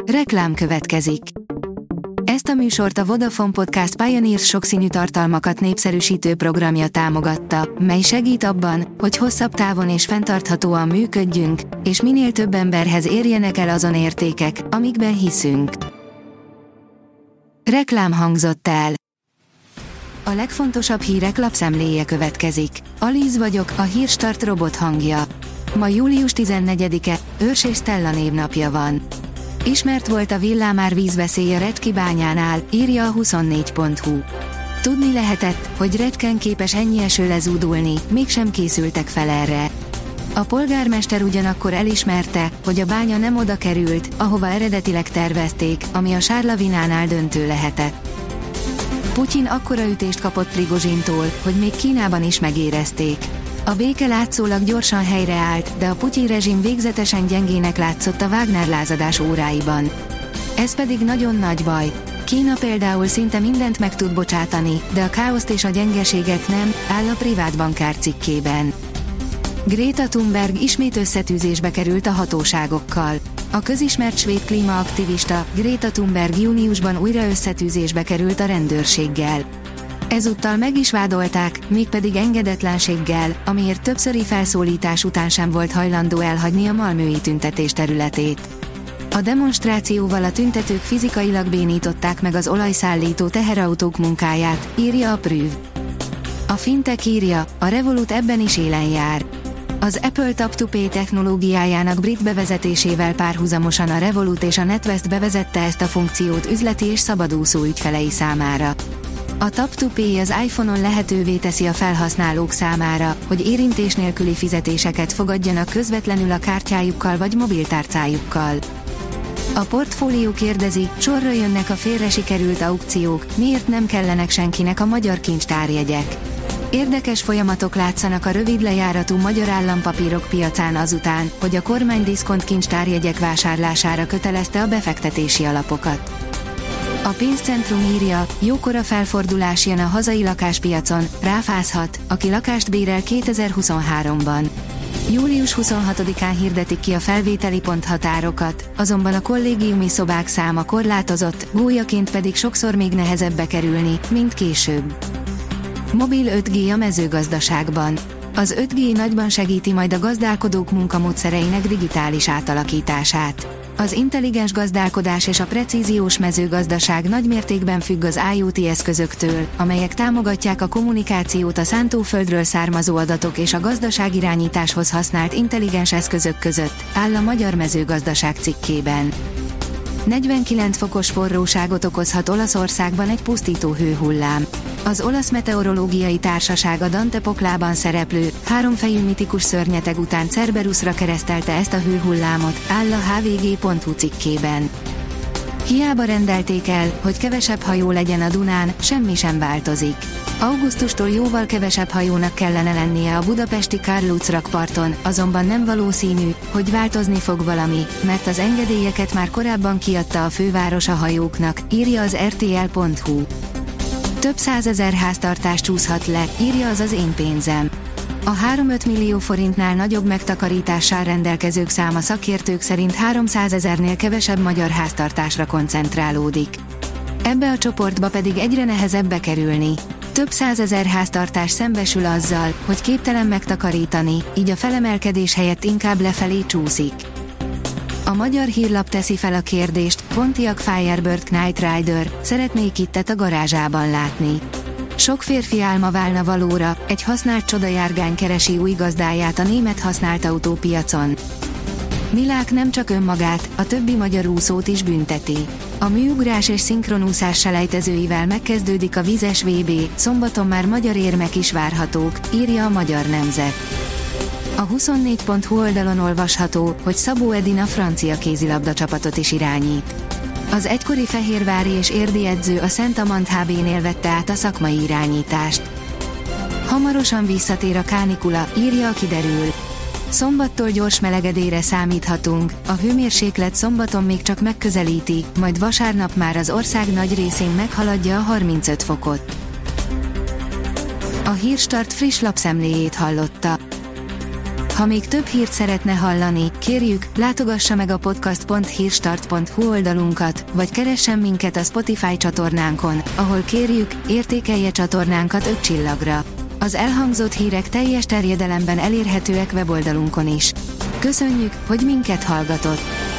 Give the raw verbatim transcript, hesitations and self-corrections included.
Reklám következik. Ezt a műsort a Vodafone Podcast Pioneers sokszínű tartalmakat népszerűsítő programja támogatta, mely segít abban, hogy hosszabb távon és fenntarthatóan működjünk, és minél több emberhez érjenek el azon értékek, amikben hiszünk. Reklám hangzott el. A legfontosabb hírek lapszemléje következik. Alíz vagyok, a Hírstart robot hangja. Ma július tizennegyedike, Őrs és Stella névnapja van. Ismert volt a villámárvízveszély a Recski bányánál, írja a huszonnégy pont hu. Tudni lehetett, hogy Recskén képes ennyi eső lezúdulni, mégsem készültek fel erre. A polgármester ugyanakkor elismerte, hogy a bánya nem oda került, ahova eredetileg tervezték, ami a Sárlavinánál döntő lehetett. Putyin akkora ütést kapott Prigozsintól, hogy még Kínában is megérezték. A béke látszólag gyorsan helyreállt, de a Putyin rezsim végzetesen gyengének látszott a Wagner lázadás óráiban. Ez pedig nagyon nagy baj. Kína például szinte mindent meg tud bocsátani, de a káoszt és a gyengeséget nem, áll a privát bankár cikkében. Greta Thunberg ismét összetűzésbe került a hatóságokkal. A közismert svéd klímaaktivista, Greta Thunberg júniusban újra összetűzésbe került a rendőrséggel. Ezúttal meg is vádolták, mégpedig engedetlenséggel, amiért többszöri felszólítás után sem volt hajlandó elhagyni a malmöi tüntetés területét. A demonstrációval a tüntetők fizikailag bénították meg az olajszállító teherautók munkáját, írja a Prüv. A Fintech írja, a Revolut ebben is élen jár. Az Apple Tap to Pay technológiájának brit bevezetésével párhuzamosan a Revolut és a NatWest bevezette ezt a funkciót üzleti és szabadúszó ügyfelei számára. A Tap to Pay az iPhone-on lehetővé teszi a felhasználók számára, hogy érintés nélküli fizetéseket fogadjanak közvetlenül a kártyájukkal vagy mobiltárcájukkal. A Portfólió kérdezi, sorra jönnek a félre sikerült aukciók, miért nem kellenek senkinek a magyar kincstárjegyek. Érdekes folyamatok látszanak a rövid lejáratú magyar állampapírok piacán azután, hogy a kormány diszkont kincstárjegyek vásárlására kötelezte a befektetési alapokat. A Pénzcentrum írja, jókora felfordulás jön a hazai lakáspiacon, ráfázhat, aki lakást bérel kétezer-huszonháromban. július huszonhatodikán hirdetik ki a felvételi ponthatárokat, azonban a kollégiumi szobák száma korlátozott, gólyaként pedig sokszor még nehezebb bekerülni, mint később. Mobil öt G a mezőgazdaságban. Az öt G nagyban segíti majd a gazdálkodók munkamódszereinek digitális átalakítását. Az intelligens gazdálkodás és a precíziós mezőgazdaság nagymértékben függ az IoT eszközöktől, amelyek támogatják a kommunikációt a szántóföldről származó adatok és a gazdaságirányításhoz használt intelligens eszközök között, áll a Magyar Mezőgazdaság cikkében. negyvenkilenc fokos forróságot okozhat Olaszországban egy pusztító hőhullám. Az Olasz Meteorológiai Társaság a Dante poklában szereplő, háromfejű mitikus szörnyeteg után Cerberusra keresztelte ezt a hőhullámot, áll a há vé gé pont hu cikkében. Hiába rendelték el, hogy kevesebb hajó legyen a Dunán, semmi sem változik. Augusztustól jóval kevesebb hajónak kellene lennie a budapesti Karlócz rakparton, azonban nem valószínű, hogy változni fog valami, mert az engedélyeket már korábban kiadta a főváros a hajóknak, írja az er té el pont hu. Több százezer háztartás csúszhat le, írja az az Én pénzem. A három-öt millió forintnál nagyobb megtakarítással rendelkezők száma szakértők szerint háromszázezernél kevesebb magyar háztartásra koncentrálódik. Ebbe a csoportba pedig egyre nehezebb bekerülni. Több százezer háztartás szembesül azzal, hogy képtelen megtakarítani, így a felemelkedés helyett inkább lefelé csúszik. A Magyar Hírlap teszi fel a kérdést, Pontiac Firebird Knight Rider, szeretnék ittet a garázsában látni. Sok férfi álma válna valóra, egy használt csodajárgány keresi új gazdáját a német használt autópiacon. Milák nem csak önmagát, a többi magyar úszót is bünteti. A műugrás és szinkronúszás selejtezőivel megkezdődik a vizes vé bé, szombaton már magyar érmek is várhatók, írja a Magyar Nemzet. A huszonnégy pont hu oldalon olvasható, hogy Szabó Edina francia kézilabda csapatot is irányít. Az egykori fehérvári és érdi edző a Szent Amand há bé-nél vette át a szakmai irányítást. Hamarosan visszatér a kánikula, írja a Kiderül. Szombattól gyors melegedésre számíthatunk, a hőmérséklet szombaton még csak megközelíti, majd vasárnap már az ország nagy részén meghaladja a harmincöt fokot. A Hírstart friss lapszemléjét hallotta. Ha még több hírt szeretne hallani, kérjük, látogassa meg a podcast pont hírstart pont hu oldalunkat, vagy keressen minket a Spotify csatornánkon, ahol kérjük, értékelje csatornánkat öt csillagra. Az elhangzott hírek teljes terjedelemben elérhetőek weboldalunkon is. Köszönjük, hogy minket hallgatott!